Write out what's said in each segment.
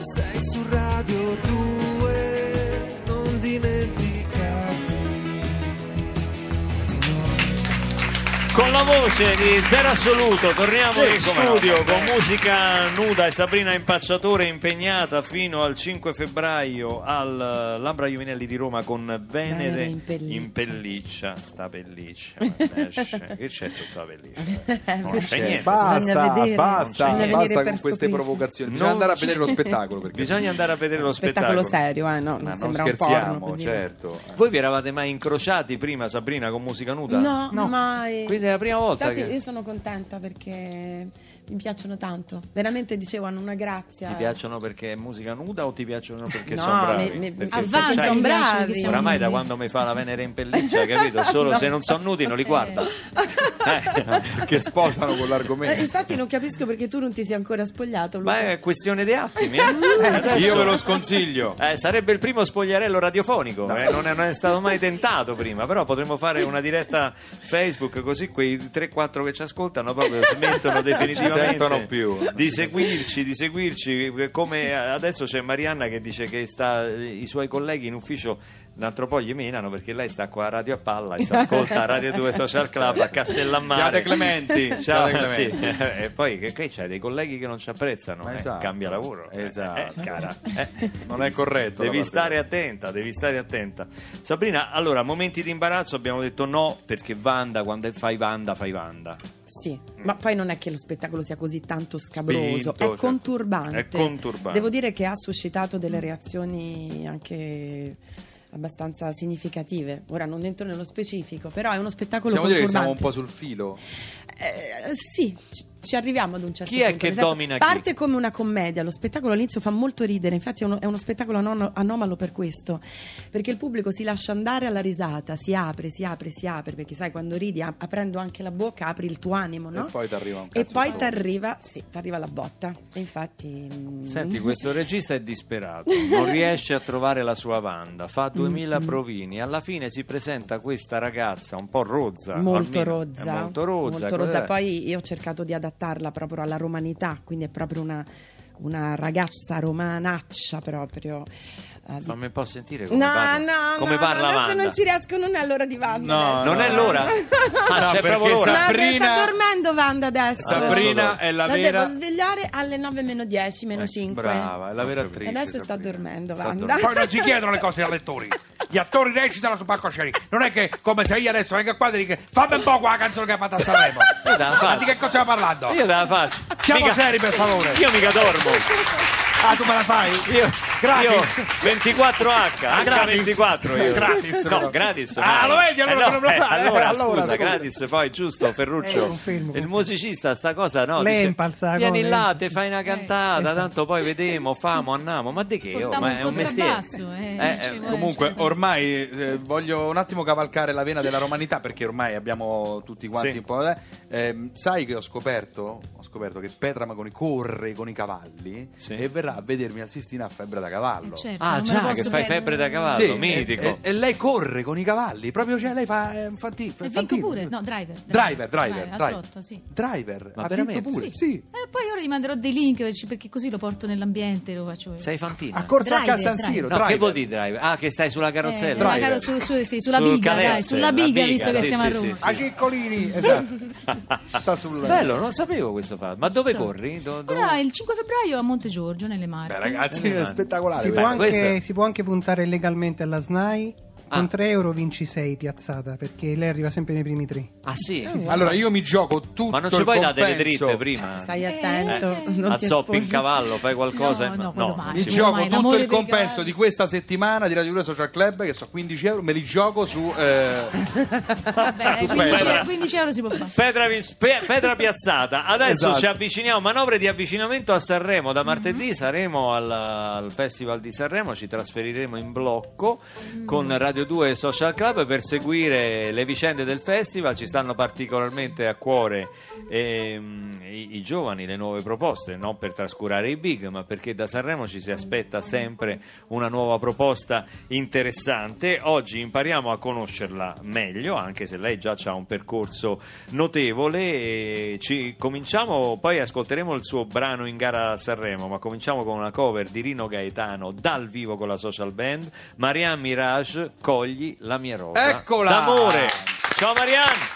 sei su Radio 2, non dimenticarti di noi. Con la voce di Zero Assoluto torniamo in studio con musica nuda e Sabrina Impacciatore impegnata fino al 5 febbraio al Lambra Iovinelli di Roma con Venere in pelliccia. Sta pelliccia, che c'è sotto la pelliccia? Non c'è niente. Basta con queste provocazioni. Bisogna andare a vedere lo spettacolo. Bisogna andare a vedere lo spettacolo serio, no? Non sembra scherziamo, un porno, così. certo. Voi vi eravate mai incrociati prima, Sabrina, con musica nuda? No, mai. Quindi è la prima volta Infatti che... io sono contenta perché mi piacciono tanto. Veramente, dicevo, hanno una grazia. Ti piacciono perché è musica nuda o ti piacciono perché No, sono bravi? Perché sono bravi. Oramai da quando mi fa la Venere in pelliccia, capito? Solo se non sono nudi non li guarda. Che sposano con l'argomento. Infatti non capisco perché tu non ti sei ancora spogliato, Luca. Ma è questione di attimi. Io ve lo sconsiglio. Sarebbe il primo spogliarello radiofonico. Non è stato mai tentato prima, però potremmo fare una diretta Facebook, così quei 3-4 che ci ascoltano proprio smettono definitivamente sentono più di seguirci, come adesso c'è Marianna che dice che i suoi colleghi in ufficio un altro po' gli menano perché lei sta qua a Radio a Palla e si ascolta a Radio 2 Social Club a Castellammare. Siate clementi. Ciao, sì. E poi che c'è dei colleghi che non ci apprezzano, esatto. Cambia lavoro, esatto. Cara. Non è corretto, devi stare attenta. Sabrina, allora, momenti di imbarazzo abbiamo detto no, perché Wanda, quando fai Wanda. Sì, ma poi non è che lo spettacolo sia così tanto scabroso, Spinto, è conturbante. È conturbante. Devo dire che ha suscitato delle reazioni anche abbastanza significative. Ora non entro nello specifico, però è uno spettacolo conturbante. Dire che siamo un po' sul filo. Sì, ci arriviamo ad un certo punto. Chi punto. è che domina parte come una commedia, lo spettacolo all'inizio fa molto ridere, infatti è uno spettacolo anomalo per questo, perché il pubblico si lascia andare alla risata, si apre, perché sai, quando ridi aprendo anche la bocca apri il tuo animo, no? E poi ti arriva un E cazzo poi di ti arriva la botta. E infatti senti, questo regista è disperato, non riesce a trovare la sua Wanda, fa 2000 provini, alla fine si presenta questa ragazza un po' rozza, molto almeno, rozza. Poi io ho cercato di adattarla proprio alla romanità, quindi è proprio una ragazza romanaccia proprio. Fammi un po' sentire come parla Wanda. Se non ci riesco non è l'ora di Wanda. No, non è l'ora. C'è proprio l'ora. Sabrina... sta dormendo Wanda adesso. Sabrina è la vera. La devo svegliare alle 9 meno 10 meno 5. Brava, è la vera attrice. Adesso sta dormendo Wanda. Poi non si chiedono le cose agli attori. Gli attori recitano su palcoscenico. Non è che come se io adesso vengo qua e dico fammi un po' qua la canzone che ha fatto a Sanremo. Ma di che cosa stiamo parlando? Io te la faccio. Siamo seri, per favore. Io mica dormo. Ah, tu me la fai? Io gratis? 24H gratis? H24 io. Gratis? No, gratis. Lo vedi allora non me lo fai? Allora, scusa, gratis poi, giusto, Ferruccio. Il musicista sta cosa, no? Dice, vieni là, te fai una cantata, tanto poi vedemo, famo, andiamo. Ma di che? Ma è un mestiere. Comunque, ormai voglio un attimo cavalcare la vena della romanità, perché ormai abbiamo tutti quanti un po'. Sai che ho scoperto che Petra Magoni corre con i cavalli e verrà a vedermi al Sistina a Febbre da Cavallo. Certo, già, che fai Febbre da Cavallo, sì, mitico. E lei corre con i cavalli, proprio, cioè lei fa E vinco pure, no, driver. A trotto, sì. Driver, ma veramente? Pure, sì. Poi ora gli manderò dei link perché così lo porto nell'ambiente, lo faccio. Sei fantina? A corsa a San Siro, no, che vuol dire driver? Ah, che stai sulla carrozzella. Sulla biga, dai, sulla biga, visto che siamo a Roma. A Chiccolini, esatto. Sta sul... Bello, non sapevo questo fatto. Ma dove corri? Ora il 5 febbraio a Monte Giorgio, nelle Marche. Beh, ragazzi, è spettacolare. Si può anche puntare legalmente alla SNAI. Con 3 euro vinci 6 piazzata, perché lei arriva sempre nei primi 3. Ah sì? Allora io mi gioco tutto. Ma non ci puoi dare delle dritte prima? Stai attento, non ti azzoppi in cavallo, fai qualcosa. Mi gioco tutto il compenso di questa settimana di Radio 2 Social Club, che so 15 euro, me li gioco su vabbè, 15 euro si può fare. Petra piazzata. Adesso ci avviciniamo, manovre di avvicinamento a Sanremo. Da martedì saremo al Festival di Sanremo, ci trasferiremo in blocco con Radio Radio 2 Social Club per seguire le vicende del festival. Ci stanno particolarmente a cuore i giovani, le nuove proposte, non per trascurare i big, ma perché da Sanremo ci si aspetta sempre una nuova proposta interessante. Oggi impariamo a conoscerla meglio, anche se lei già ha un percorso notevole, e cominciamo, poi ascolteremo il suo brano in gara a Sanremo, ma cominciamo con una cover di Rino Gaetano dal vivo con la social band, Marianne Mirage, Cogli la mia rosa. Eccola! D'amore. Ciao Marianne!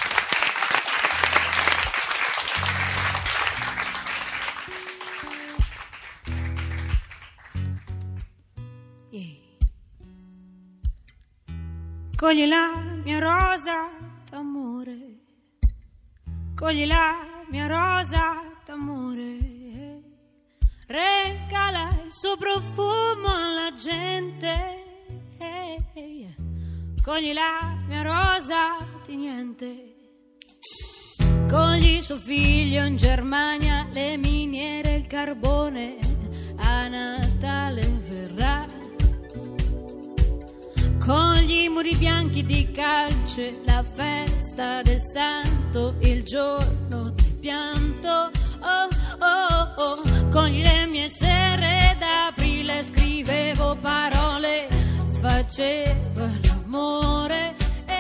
Cogli la mia rosa d'amore, cogli la mia rosa d'amore, regala il suo profumo alla gente, cogli la mia rosa di niente, cogli suo figlio in Germania, le miniere, il carbone, a Natale verrà. Con gli muri bianchi di calce, la festa del santo, il giorno di pianto, oh oh oh. Con le mie sere d'aprile scrivevo parole, facevo l'amore,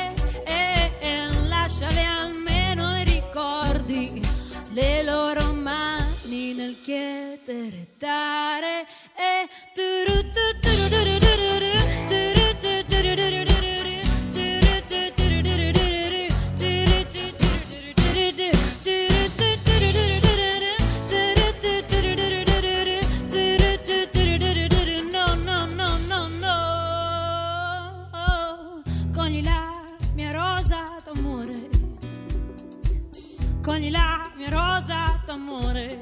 lasciale almeno i ricordi, le loro mani nel chiedere e dare, cogli la mia rosa d'amore,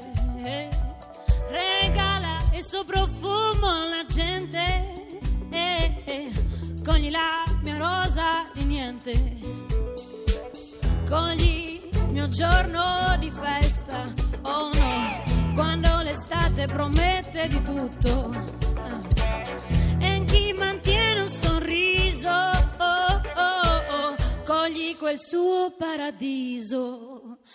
regala il suo profumo alla gente, cogli la mia rosa di niente, cogli il mio giorno di festa, oh no, quando l'estate promette di tutto, e chi mantiene un sorriso, oh oh oh, cogli quel suo paradiso.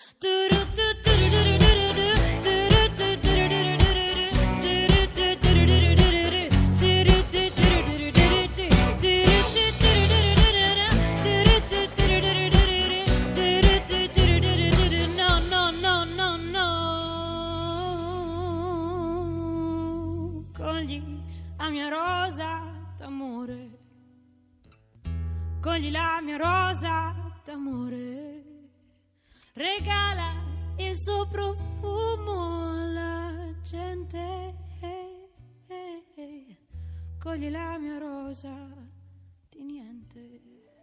Cogli la mia rosa d'amore, regala il suo profumo alla gente, cogli la mia rosa di niente.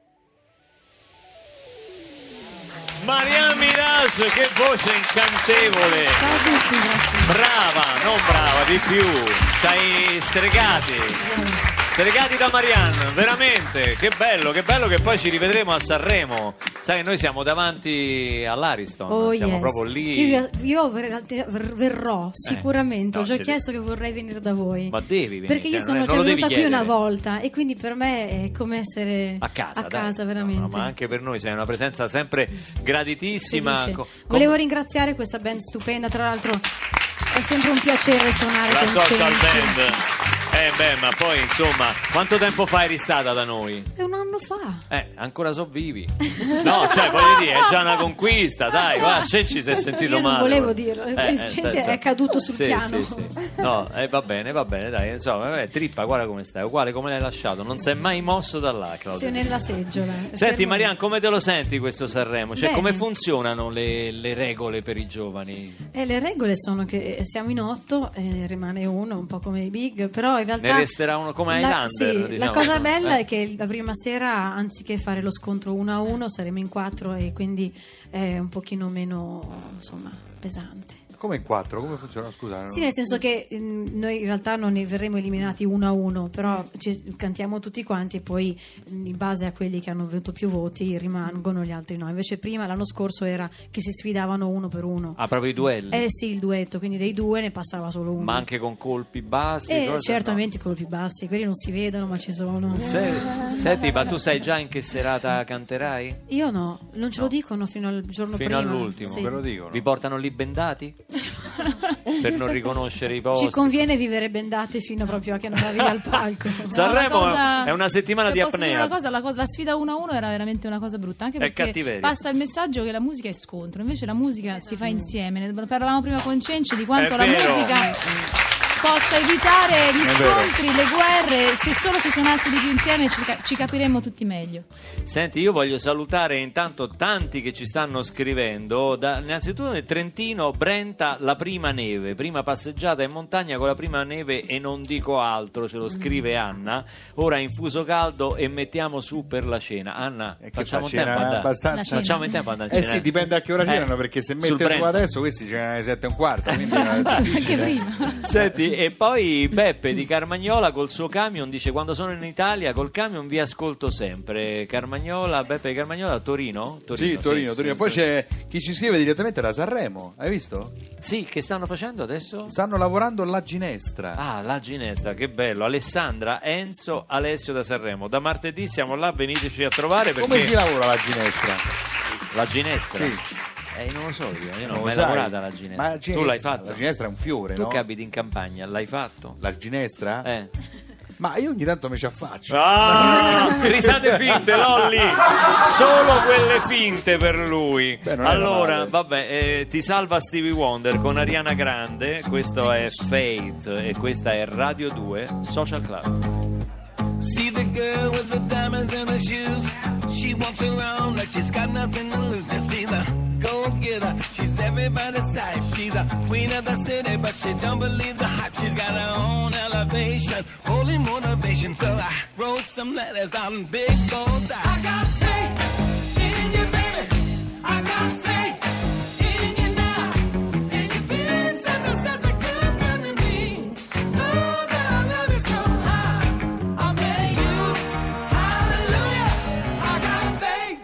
Marianne Mirage, che voce incantevole! Ciao a tutti, grazie. Brava, non brava, di più. Stai stregati da Marianne, veramente, che bello che poi ci rivedremo a Sanremo. Sai, noi siamo davanti all'Ariston, siamo proprio lì. Io verrò sicuramente, ho già chiesto che vorrei venire da voi. Ma devi venire, perché io sono già venuta qui una volta e quindi per me è come essere a casa veramente. No, ma anche per noi sei una presenza sempre graditissima. Volevo ringraziare questa band stupenda, tra l'altro è sempre un piacere suonare la con social band. Ma poi insomma, quanto tempo fa eri stata da noi? È un anno fa. Ancora so vivi. No, cioè voglio dire, è già una conquista, dai, guarda, Cenci si è sentito io male. Non volevo dirlo, Cenci è caduto sul piano. Sì. No, va bene, dai, insomma, trippa, guarda come stai, uguale come l'hai lasciato, non si è mai mosso da là, Claudia. Sei nella seggiola. Senti Marianne, come te lo senti questo Sanremo? Cioè, bene. Come funzionano le regole per i giovani? Le regole sono che siamo in 8 e rimane uno, un po' come i big, però in realtà ne resterà uno come Highlander. Sì, diciamo. La cosa bella è che la prima sera, anziché fare lo scontro 1-1, saremo in 4 e quindi è un pochino meno, insomma, pesante. Come in 4? Come funziona? Scusa. Sì, nel senso che noi in realtà non ne verremo eliminati 1-1, però cantiamo tutti quanti e poi in base a quelli che hanno avuto più voti rimangono, gli altri no. Invece prima, l'anno scorso, era che si sfidavano 1 per 1. Ah, proprio i duelli? Sì, il duetto, quindi dei 2 ne passava solo uno. Ma anche con colpi bassi? Certamente no. Colpi bassi, quelli non si vedono ma ci sono. Senti, ma tu sai già in che serata canterai? Io no, non ce lo dicono fino al giorno prima. Fino all'ultimo? Sì. Ve lo dicono. Vi portano lì bendati? Per non riconoscere i posti? Ci conviene vivere bendati fino proprio a che non arrivi al palco. Sanremo è una settimana di apnea. La sfida 1-1 era veramente una cosa brutta, anche perché passa il messaggio che la musica è scontro, invece la musica si fa insieme. Ne parlavamo prima con Cenci di quanto la musica possa evitare gli scontri, le guerre. Se solo si suonasse di più insieme ci capiremmo tutti meglio. Senti, io voglio salutare intanto tanti che ci stanno scrivendo. Innanzitutto nel Trentino, Brenta, la prima neve, prima passeggiata in montagna con la prima neve e non dico altro, ce lo scrive Anna. Ora in fuso caldo e mettiamo su per la cena. Anna, facciamo in tempo facciamo in tempo ad andare a cena. Sì, dipende a che ora cenano, perché se mette su adesso questi cenano alle 7:15, quindi anche prima. Senti, e poi Beppe di Carmagnola col suo camion dice: quando sono in Italia col camion vi ascolto sempre. Carmagnola, Beppe di Carmagnola, Torino? Sì, Torino. Poi c'è chi ci scrive direttamente da Sanremo, hai visto? Sì, che stanno facendo adesso? Stanno lavorando la ginestra. Ah, la ginestra, che bello. Alessandra, Enzo, Alessio da Sanremo. Da martedì siamo là, veniteci a trovare perché... Come si lavora la ginestra? La ginestra? Sì. Non lo so io non ho mai lavorata la ginestra. Tu l'hai fatta? La ginestra è un fiore, tu no? che abiti in campagna, l'hai fatto? La ginestra? Ma io ogni tanto mi ci affaccio. Risate finte, Lolli. Solo quelle finte per lui. Allora, vabbè, ti salva Stevie Wonder con Ariana Grande. Questo è Faith e questa è Radio 2 Social Club. See the girl with the diamonds in her shoes. She walks around like she's got nothing to lose. Just see the go-getter. She's everybody's type. She's a queen of the city, but she don't believe the hype. She's got her own elevation, holy motivation. So I wrote some letters on big goals. I got faith in you, baby. I got faith in you now. And you've been such a good friend to me. Oh, that I love you so high. I'll pay you. Hallelujah. I got faith.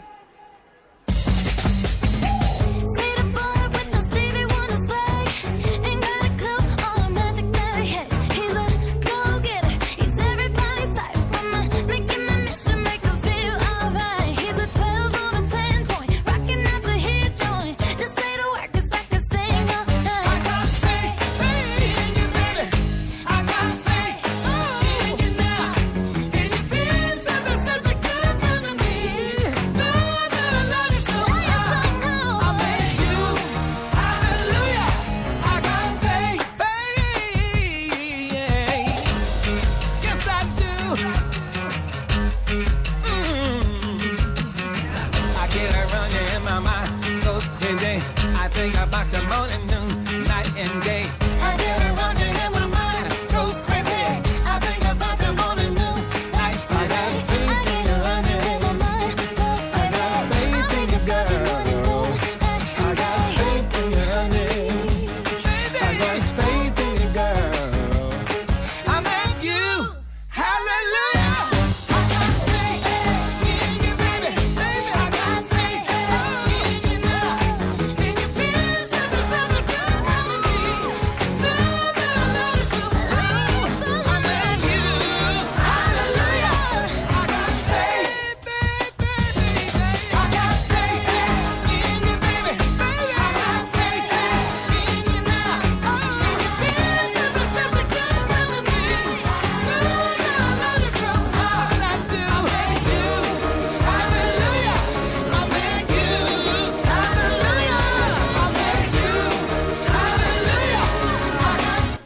I think about you morning, noon, night and day. I get around you and my mind goes crazy. I think about you morning, noon, night and day. I got faith in you, honey. I got faith in you, girl. I got faith in you, honey. I got faith in you, girl. I'm at you. Hallelujah. I got faith in you, baby. Baby, I got faith in you now. And you've been such a good friend to me. Know that I love you so much. I'm at you. Hallelujah. I got faith, baby. I got faith in you, baby. Baby, I got faith in you now. And you've been such a good friend to me. Know that I love you so much. I do. Hallelujah. I'm at you. Hallelujah. I'm at you. Hallelujah. I got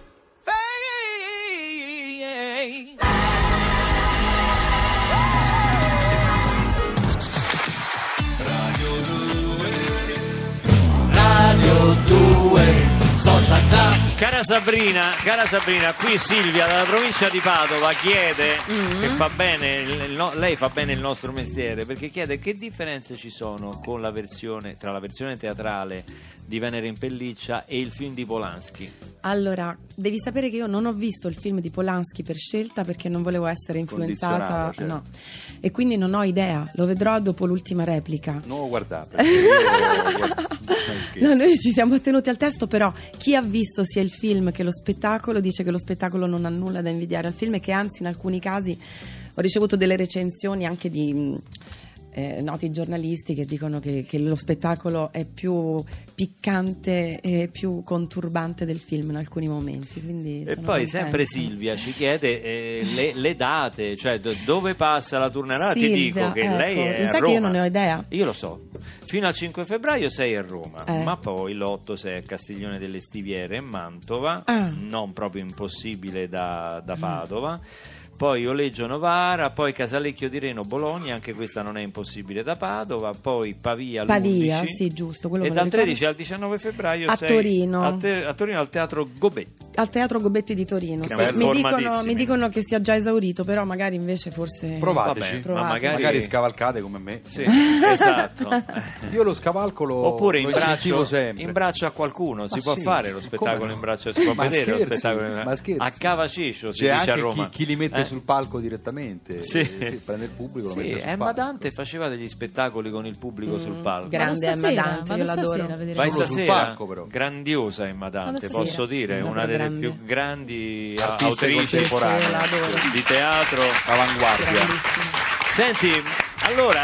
faith. Cara Sabrina, qui Silvia dalla provincia di Padova chiede che fa bene lei fa bene il nostro mestiere, perché chiede che differenze ci sono con la versione, tra la versione teatrale di Venere in pelliccia e il film di Polanski. Allora, devi sapere che io non ho visto il film di Polanski per scelta, perché non volevo essere influenzata, certo. no. E quindi non ho idea, lo vedrò dopo l'ultima replica. Non lo guardate. No, noi ci siamo attenuti al testo, però chi ha visto sia il film che lo spettacolo dice che lo spettacolo non ha nulla da invidiare al film, e che anzi in alcuni casi ho ricevuto delle recensioni anche di noti giornalisti che dicono che lo spettacolo è più piccante e più conturbante del film in alcuni momenti. Quindi e sono poi contenta. sempre Silvia ci chiede le date, cioè dove passa la tournée. Ti Silvia, dico che lei è lo a sai Roma. che io non ne ho idea. Io lo so. Fino al 5 febbraio sei a Roma, ma poi l'8 sei a Castiglione delle Stiviere e Mantova, non proprio impossibile da Padova. Poi Oleggio Novara, poi Casalecchio di Reno Bologna, anche questa non è impossibile da Padova, poi Pavia l'11, sì, giusto, quello e me lo dal 13 ricordo. al 19 febbraio A sei Torino. a Torino al Teatro Gobetti. Al Teatro Gobetti di Torino. Siamo Sì, formatissimi. mi dicono che sia già esaurito, però magari invece forse Provateci. Vabbè, ma magari scavalcate come me. Sì, esatto. Io lo scavalco Oppure in incentivo braccio, sempre. in braccio a qualcuno, si può sì, fare lo spettacolo come no? in braccio, si può Ma vedere scherzi, lo spettacolo ma scherzi. a Cavacecio, si C'è dice a anche Roma. chi li mette sul palco direttamente. Sì. Prende il pubblico, lo mette sul Emma palco. Dante faceva degli spettacoli con il pubblico sul palco. grande Vado Emma stasera, Dante, vado io l'adoro. stasera a vedere. Vai Solo sul stasera, palco, però. grandiosa Emma Dante, Vado posso dire, Una una delle grande. più grandi Artiste autrici contemporanee. Sì, l'adoro. di teatro. Avanguardia. Grandissimo. Senti, allora,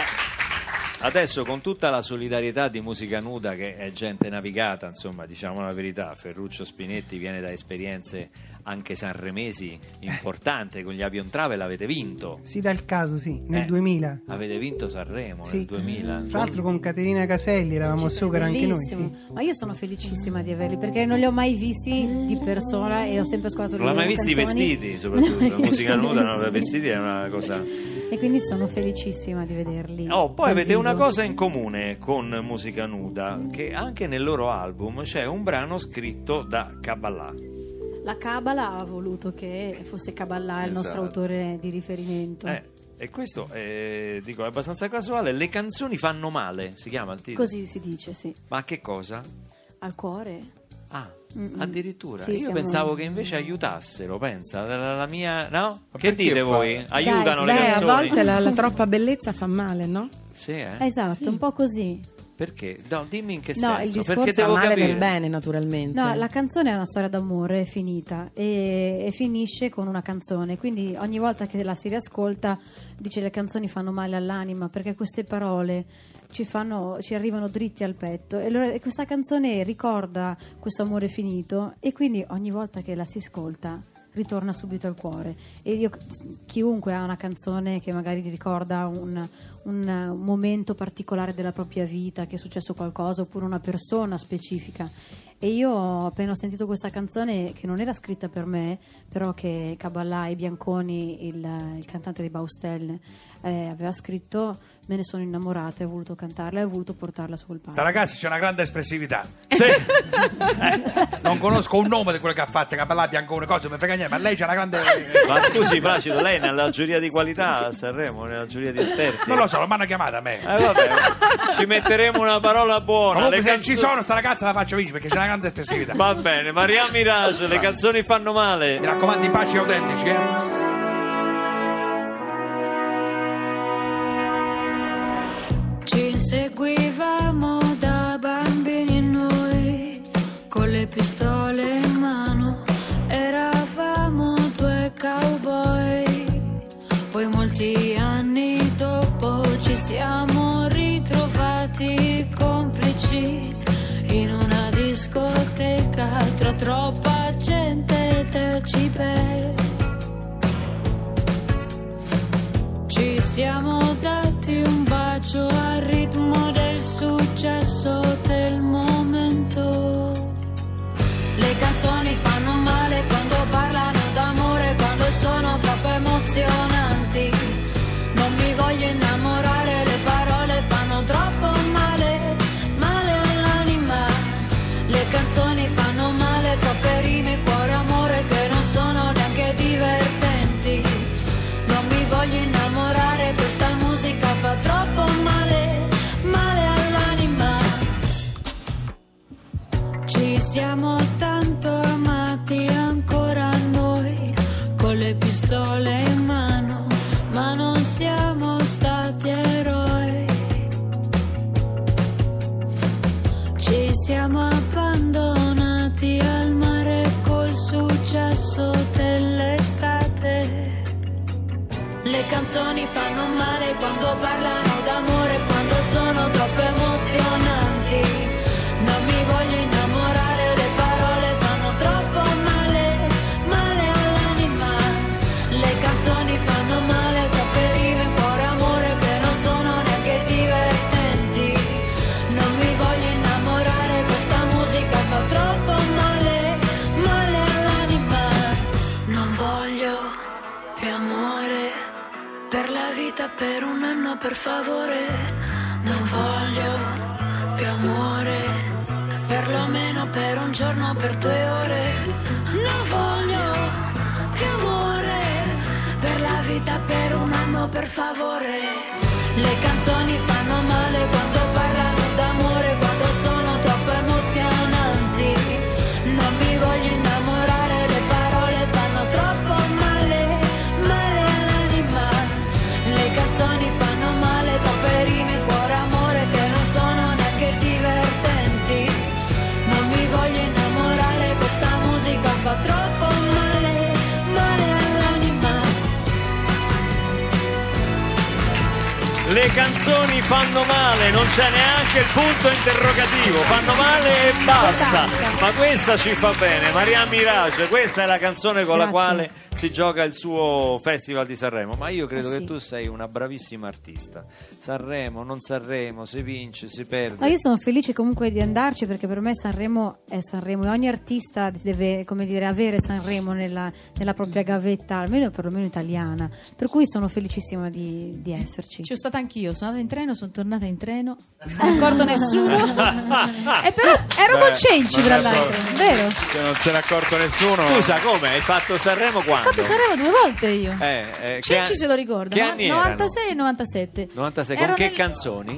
adesso con tutta la solidarietà di Musica Nuda, che è gente navigata, insomma, diciamo la verità, Ferruccio Spinetti viene da esperienze anche sanremesi importanti, con gli Avion Travel avete vinto. Si dà il caso, sì, nel 2000. Avete vinto Sanremo Sì. nel 2000. Tra l'altro con Caterina Caselli eravamo super anche noi. Sì. Bellissimo. Ma io sono felicissima di averli, perché non li ho mai visti di persona e ho sempre ascoltato le Non l'hai loro mai visti canzoni. vestiti, soprattutto la musica Sono nuda, no, vestiti è una cosa. E quindi sono felicissima di vederli. Oh, poi dal avete vivo. una cosa in comune con Musica Nuda, che anche nel loro album c'è un brano scritto da Kabbalah. La Kabbalah ha voluto che fosse Kabbalah il nostro Esatto. autore di riferimento. E questo dico, è abbastanza casuale. Le canzoni fanno male, si chiama il titolo. Così si dice, sì. Ma che cosa? Al cuore. Ah, Mm-mm. addirittura. Sì, Io siamo- pensavo che invece aiutassero, pensa, la mia. No? Ma Che perché dite fa- voi? Aiutano le Beh, a canzoni? volte la troppa bellezza fa male, no? Sì, Esatto, un po' così. Perché? No, dimmi in che No, il senso. discorso Perché Fa devo male capire. per bene, naturalmente. No, la canzone è una storia d'amore, è finita e finisce con una canzone, quindi ogni volta che la si riascolta dice le canzoni fanno male all'anima, perché queste parole ci arrivano dritti al petto e questa canzone ricorda questo amore finito e quindi ogni volta che la si ascolta ritorna subito al cuore. E chiunque ha una canzone che magari ricorda un momento particolare della propria vita, che è successo qualcosa, oppure una persona specifica. E io appena ho sentito questa canzone, che non era scritta per me, però che Kabbalah e Bianconi, il cantante di Baustelle, aveva scritto, me ne sono innamorata e ho voluto cantarla e ho voluto portarla sul palco. Sta ragazza c'è una grande espressività. Sì. Non conosco un nome di quello che ha fatto, Kabbalah, Biancone, cose, non mi frega niente, ma lei c'ha una grande. Ma scusi, Placido, lei è nella giuria di qualità a Sanremo, nella giuria di esperti. Non lo so, non mi hanno chiamato a me. Vabbè, ci metteremo una parola buona. Comunque, Le se canzoni- ci sono, sta ragazza la faccio vincere perché c'è una grande espressività. Va bene, Mariam Mirage, le canzoni fanno male. Mi raccomando, i paci autentici, Ci inseguivamo da bambini noi, con le pistole in mano, eravamo due cowboy. Poi molti anni dopo ci siamo ritrovati complici in una discoteca tra troppa gente e decibel. Ci siamo dati un bacio al ritmo del successo del momento. Le canzoni fanno male quando parlano d'amore, quando sono troppo emozionanti. Non mi voglio innamorare, le parole fanno troppo male, male all'anima. Le canzoni fanno male, troppe rime, cuore, amore che non sono neanche divertenti. Non mi voglio innamorare, questa Le canzoni fanno male quando parlano d'amore, quando sono troppo emozionanti. Non mi voglio innamorare, le parole fanno troppo male, male all'anima. Le canzoni fanno male, troppe rime, cuore, amore che non sono neanche divertenti. Non mi voglio innamorare, questa musica fa troppo male, male all'anima. Non voglio più amore per la vita, per un anno, per favore. Non voglio più amore, perlomeno per un giorno, per 2 ore. Non voglio più amore per la vita, per un anno, per favore. Le canzoni fanno male quando parlano d'amore, quando sono troppo emozionanti. Non mi voglio innamorare, le parole fanno troppo male, male all'anima. Le canzoni fanno male, troppe rime, cuore, amore che non sono neanche divertenti. Non mi voglio innamorare, questa musica fa troppo male, male all'anima. Le canzoni fanno male, non c'è neanche il punto interrogativo, fanno male e basta. Ma questa ci fa bene, Maria Mirage, questa è la canzone con la quale si gioca il suo Festival di Sanremo. Ma io credo che tu sei una bravissima artista. Sanremo, non Sanremo, si vince, si perde. Ma io sono felice comunque di andarci, perché per me Sanremo è Sanremo e ogni artista deve, come dire, avere Sanremo nella propria gavetta, almeno perlomeno italiana. Per cui sono felicissima di esserci. Ci sono stata anch'io, sono andata in treno, sono tornata in treno, non se ne è accorto nessuno. E però ero con Cenci, tra l'altro, vero? Che non se ne è accorto nessuno. Scusa, come? Hai fatto Sanremo quando? Ho fatto Sanremo 2 volte io. Cenci se lo ricorda. Che anni 96 erano? e 97. 96, con che canzoni?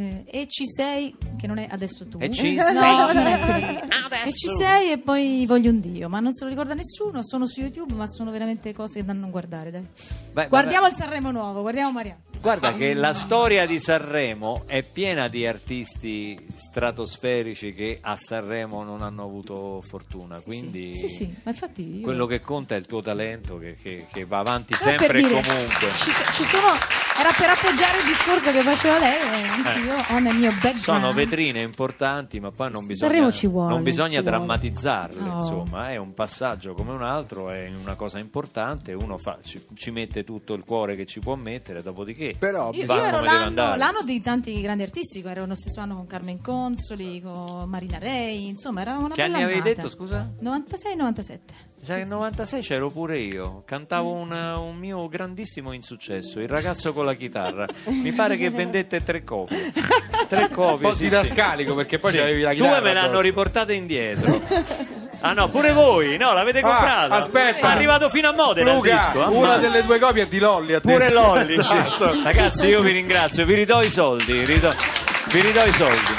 EC6, che non è Adesso tu. EC6? No, non è quello. EC6 e poi Voglio un Dio, ma non se lo ricorda nessuno, sono su YouTube, ma sono veramente cose da non guardare, dai. Guardiamo il Sanremo nuovo, guardiamo Mariano. Guarda che la storia di Sanremo è piena di artisti stratosferici che a Sanremo non hanno avuto fortuna, quindi sì, ma infatti io... quello che conta è il tuo talento che va avanti sempre e comunque. Ci sono, era per appoggiare il discorso che faceva lei, anch'io ho nel mio background. Sono vetrine importanti, ma poi non bisogna drammatizzarle, no. Insomma, è un passaggio come un altro, è una cosa importante, uno ci mette tutto il cuore che ci può mettere, dopodiché però io ero l'anno di tanti grandi artisti, ero lo stesso anno con Carmen Consoli, con Marina Rei, insomma era una che bella anni avevi annata. detto, scusa? 96 e 97. Sai, nel 96 c'ero pure io, cantavo un mio grandissimo insuccesso, Il ragazzo con la chitarra. Mi pare che vendette 3 copie. 3 copie, un po' didascalico, perché poi c'avevi la chitarra. 2 me l'hanno riportata indietro. Ah no, pure voi, no, l'avete comprata. Aspetta, è arrivato fino a Modena il disco. Una delle 2 copie è di Lolli, pure Lolli. Esatto. Sì. Ragazzi, io vi ringrazio, vi ridò i soldi, vi ridò i soldi.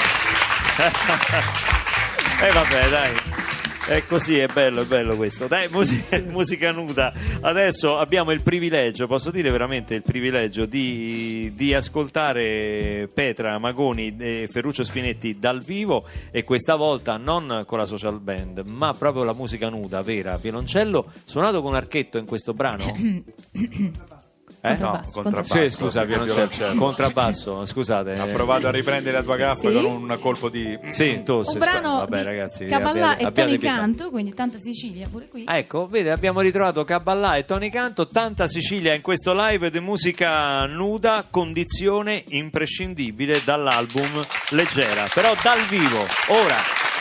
Vabbè, dai. È così, è bello questo. Dai, musica nuda. Adesso abbiamo il privilegio, posso dire veramente il privilegio di ascoltare Petra Magoni e Ferruccio Spinetti dal vivo, e questa volta non con la social band, ma proprio la musica nuda, vera. Violoncello suonato con archetto in questo brano? Contrabbasso. Sì, scusa, contrabbasso, scusate. Ha provato a riprendere la tua gaffa con un colpo di... Sì, tosse. Un brano vabbè, di ragazzi, Caballà e Tony Canto, quindi tanta Sicilia pure qui. Ecco, vede, abbiamo ritrovato Caballà e Tony Canto, tanta Sicilia in questo live di musica nuda, condizione imprescindibile dall'album Leggera, però dal vivo, ora.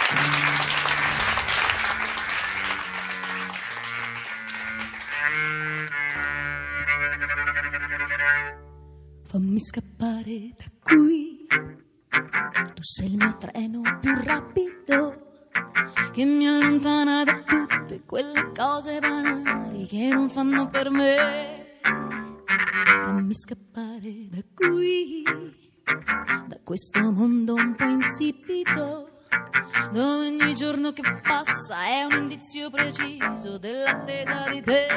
Fammi scappare da qui, tu sei il mio treno più rapido, che mi allontana da tutte quelle cose banali che non fanno per me. Fammi scappare da qui, da questo mondo un po' insipido, dove ogni giorno che passa è un indizio preciso dell'attesa di te.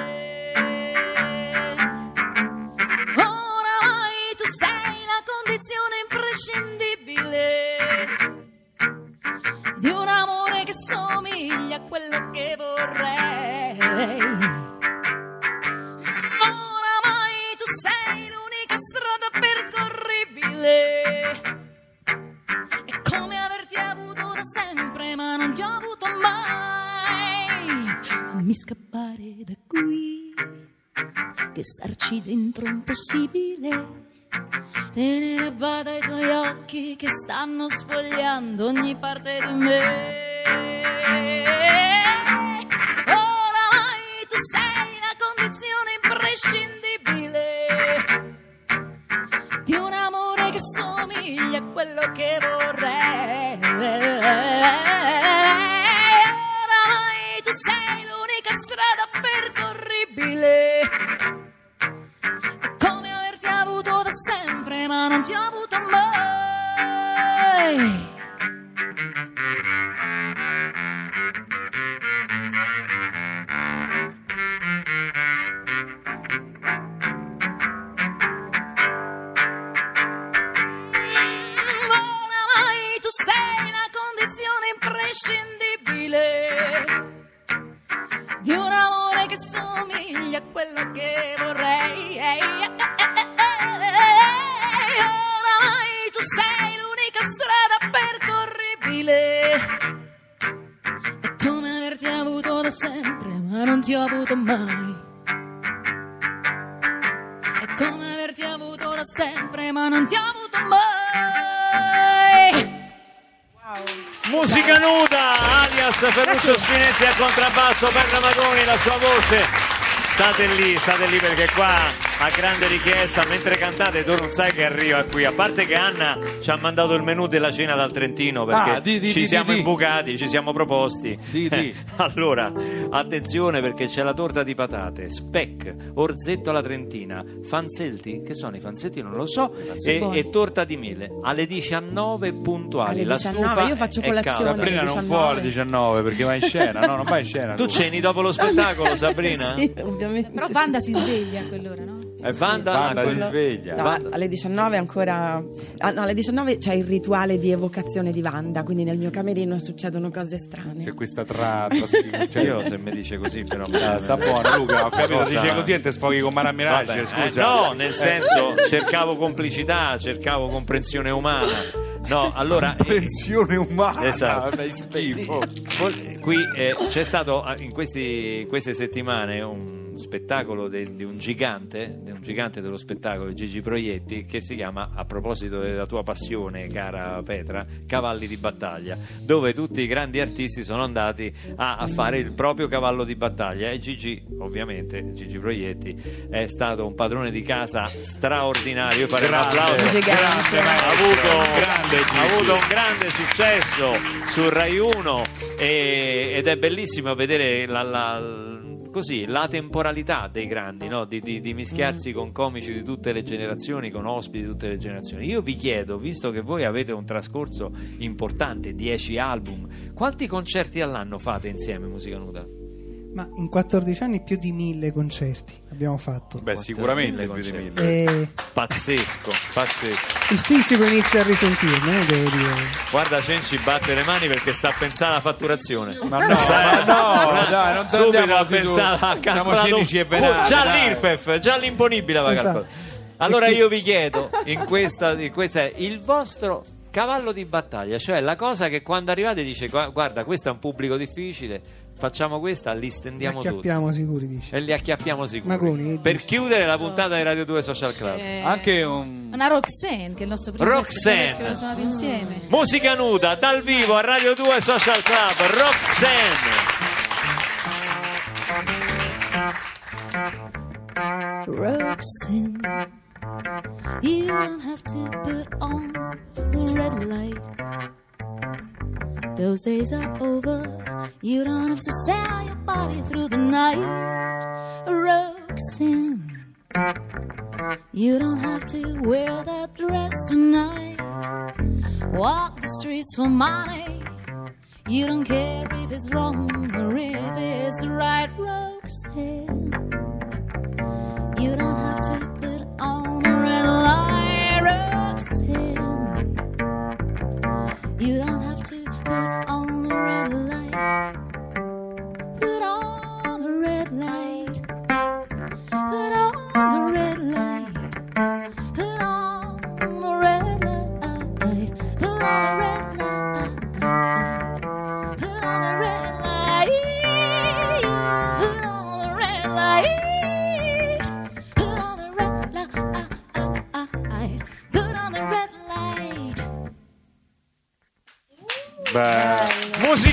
Imprescindibile di un amore che somiglia a quello che vorrei. Oramai tu sei qui, che starci dentro è impossibile. Tenere a bada i tuoi occhi che stanno spogliando ogni parte di me. Oramai tu sei la condizione imprescindibile di un amore che somiglia a quello che vorrei. Oramai tu sei l'unica strada percorribile. È come averti avuto da sempre, ma non ti ho avuto mai. Sei la condizione imprescindibile di un amore che somiglia a quello che vorrei. Oramai tu sei l'unica strada percorribile. È come averti avuto da sempre, ma non ti ho avuto mai. È come averti avuto da sempre, ma non ti ho avuto mai. Musica nuda, alias Ferruccio Spinetti a contrabbasso, Petra Magoni, la sua voce. State lì perché qua a grande richiesta, mentre cantate tu non sai che arriva qui, a parte che Anna ci ha mandato il menù della cena dal Trentino perché ci siamo imbucati, ci siamo proposti. Allora, attenzione perché c'è la torta di patate, speck, orzetto alla trentina, fanzelti, che sono i fanzetti non lo so, e torta di mele alle 19 puntuali. Alle 19, la stufa io faccio colazione. Sabrina non può alle 19 perché va in scena, no, non va in scena. Tu ceni dopo lo spettacolo, Sabrina? Sì, ovviamente. Però Wanda si sveglia a quell'ora, no? Wanda si sveglia. No, alle 19 ancora. No, alle 19 c'è il rituale di evocazione di Wanda, quindi nel mio camerino succedono cose strane. C'è questa cioè io se mi dice così però sta buono Luca, ho capito, dice così e te sfoghi con Mara Mirage, scusa. No, nel senso cercavo complicità, cercavo comprensione umana. No, allora comprensione umana, esatto. Fai schifo. Qui c'è stato in queste settimane un spettacolo di un gigante dello spettacolo, Gigi Proietti, che si chiama, a proposito della tua passione cara Petra, Cavalli di battaglia, dove tutti i grandi artisti sono andati a fare il proprio cavallo di battaglia e Gigi Proietti è stato un padrone di casa straordinario. Io farei un applauso. Ha avuto un grande successo su Rai 1 ed è bellissimo vedere la temporalità dei grandi, no? di mischiarsi con comici di tutte le generazioni, con ospiti di tutte le generazioni. Io vi chiedo, visto che voi avete un trascorso importante, 10 album, quanti concerti all'anno fate insieme, Musica Nuda? Ma in 14 anni più di 1000 concerti abbiamo fatto. Beh, sicuramente più di 1000. Pazzesco. Il fisico inizia a risentirne, devo dire. Guarda, Cenci batte le mani perché sta a pensare alla fatturazione. Ma no, dai, non subito a pensare, ha calcolato già dai. l'IRPEF, già l'imponibile va calcolato. Allora io vi chiedo, in questa il vostro cavallo di battaglia, cioè la cosa che quando arrivate dice guarda, questo è un pubblico difficile, facciamo questa, li stendiamo tutti. Li acchiappiamo sicuri, dice. E li acchiappiamo sicuri. Magoni, per chiudere la puntata di Radio 2 Social Club. Anche una Roxanne, che è il nostro primo Roxanne, che suonato insieme. Musica nuda dal vivo a Radio 2 Social Club. Roxanne, you don't have to put on the red light. Those days are over. You don't have to sell your body through the night. Roxanne, you don't have to wear that dress tonight. Walk the streets for money. You don't care if it's wrong or if it's right, Roxanne. You don't have to put on a red light, Roxanne. You don't have to put on the red light. Put on the red light. Put on the red light. Put on the red light. Put on the red light. Put on the red light. Put on the red light.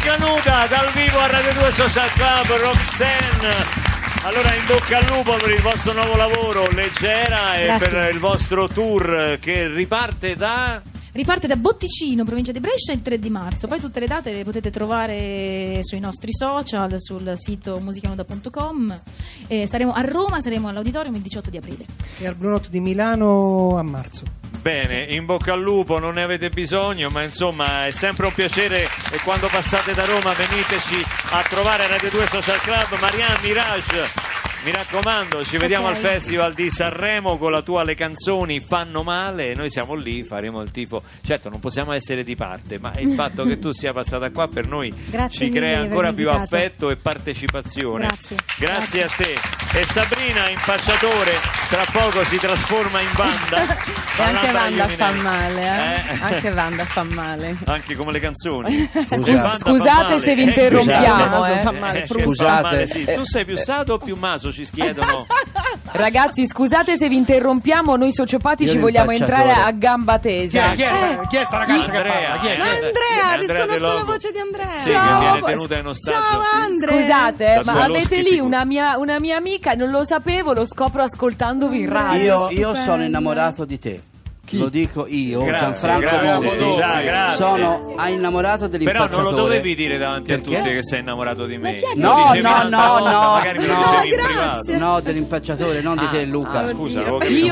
Bocca Nuda dal vivo a Radio 2 Social Club, Roxanne. Allora in bocca al lupo per il vostro nuovo lavoro, Leggera, e per il vostro tour che riparte da Botticino, provincia di Brescia, il 3 di marzo. Poi tutte le date le potete trovare sui nostri social, sul sito musicanuda.com. Saremo a Roma, saremo all'Auditorium il 18 di aprile. E al Blue Note di Milano a marzo. Bene, in bocca al lupo, non ne avete bisogno, ma insomma è sempre un piacere, e quando passate da Roma veniteci a trovare a Radio 2 Social Club. Marianne Mirage, mi raccomando, ci vediamo al Festival di Sanremo con la tua Le canzoni fanno male, e noi siamo lì, faremo il tifo. Certo, non possiamo essere di parte, ma il fatto che tu sia passata qua per noi ci crea ancora più affetto e partecipazione. Grazie a te. E Sabrina Impacciatore tra poco si trasforma in Wanda. E anche Wanda fa male, Anche Wanda fa male. Anche come le canzoni. Scusate se vi interrompiamo. Scusate. Sì. Tu sei più sato o più maso? Ci chiedono. Ragazzi, scusate se vi interrompiamo. Noi sociopatici vogliamo entrare a gamba tesa. Chi è sta ragazza che parla? Andrea, riconosco la voce di Andrea. Sì, che viene tenuta in ostaggio. Ciao Andrea. Scusate, ma avete lì una mia amica, non lo sapevo, lo scopro ascoltandovi in radio. Io sono innamorato di te. Lo dico io, Gianfranco Grazie. Sono innamorato dell'impacciatore. Però non lo dovevi dire davanti a tutti che sei innamorato di me. No, magari me lo dicevi in privato. No, dell'impacciatore, non di te, Luca. Scusa, io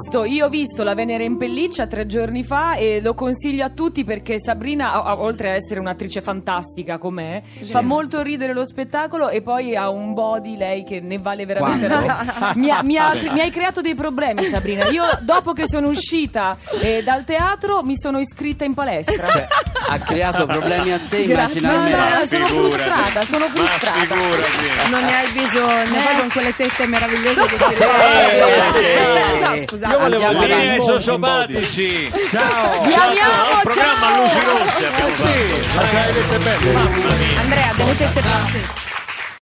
ho visto La Venere in pelliccia 3 giorni fa e lo consiglio a tutti perché Sabrina, oltre a essere un'attrice fantastica com'è, fa molto ridere lo spettacolo, e poi ha un body, lei, che ne vale veramente la pena. Mi hai creato dei problemi, Sabrina. Io dopo che sono uscita dal teatro mi sono iscritta in palestra. Cioè, ha creato problemi a te, immaginare. No, sono frustrata. Non ne hai bisogno, poi con quelle teste meravigliose che ti No, scusate. Io volevo dire ai sociopatici. Ciao. Vi amiamo, ciao. Programma a luci rosse abbiamo fatto. Andrea, delle tette passe.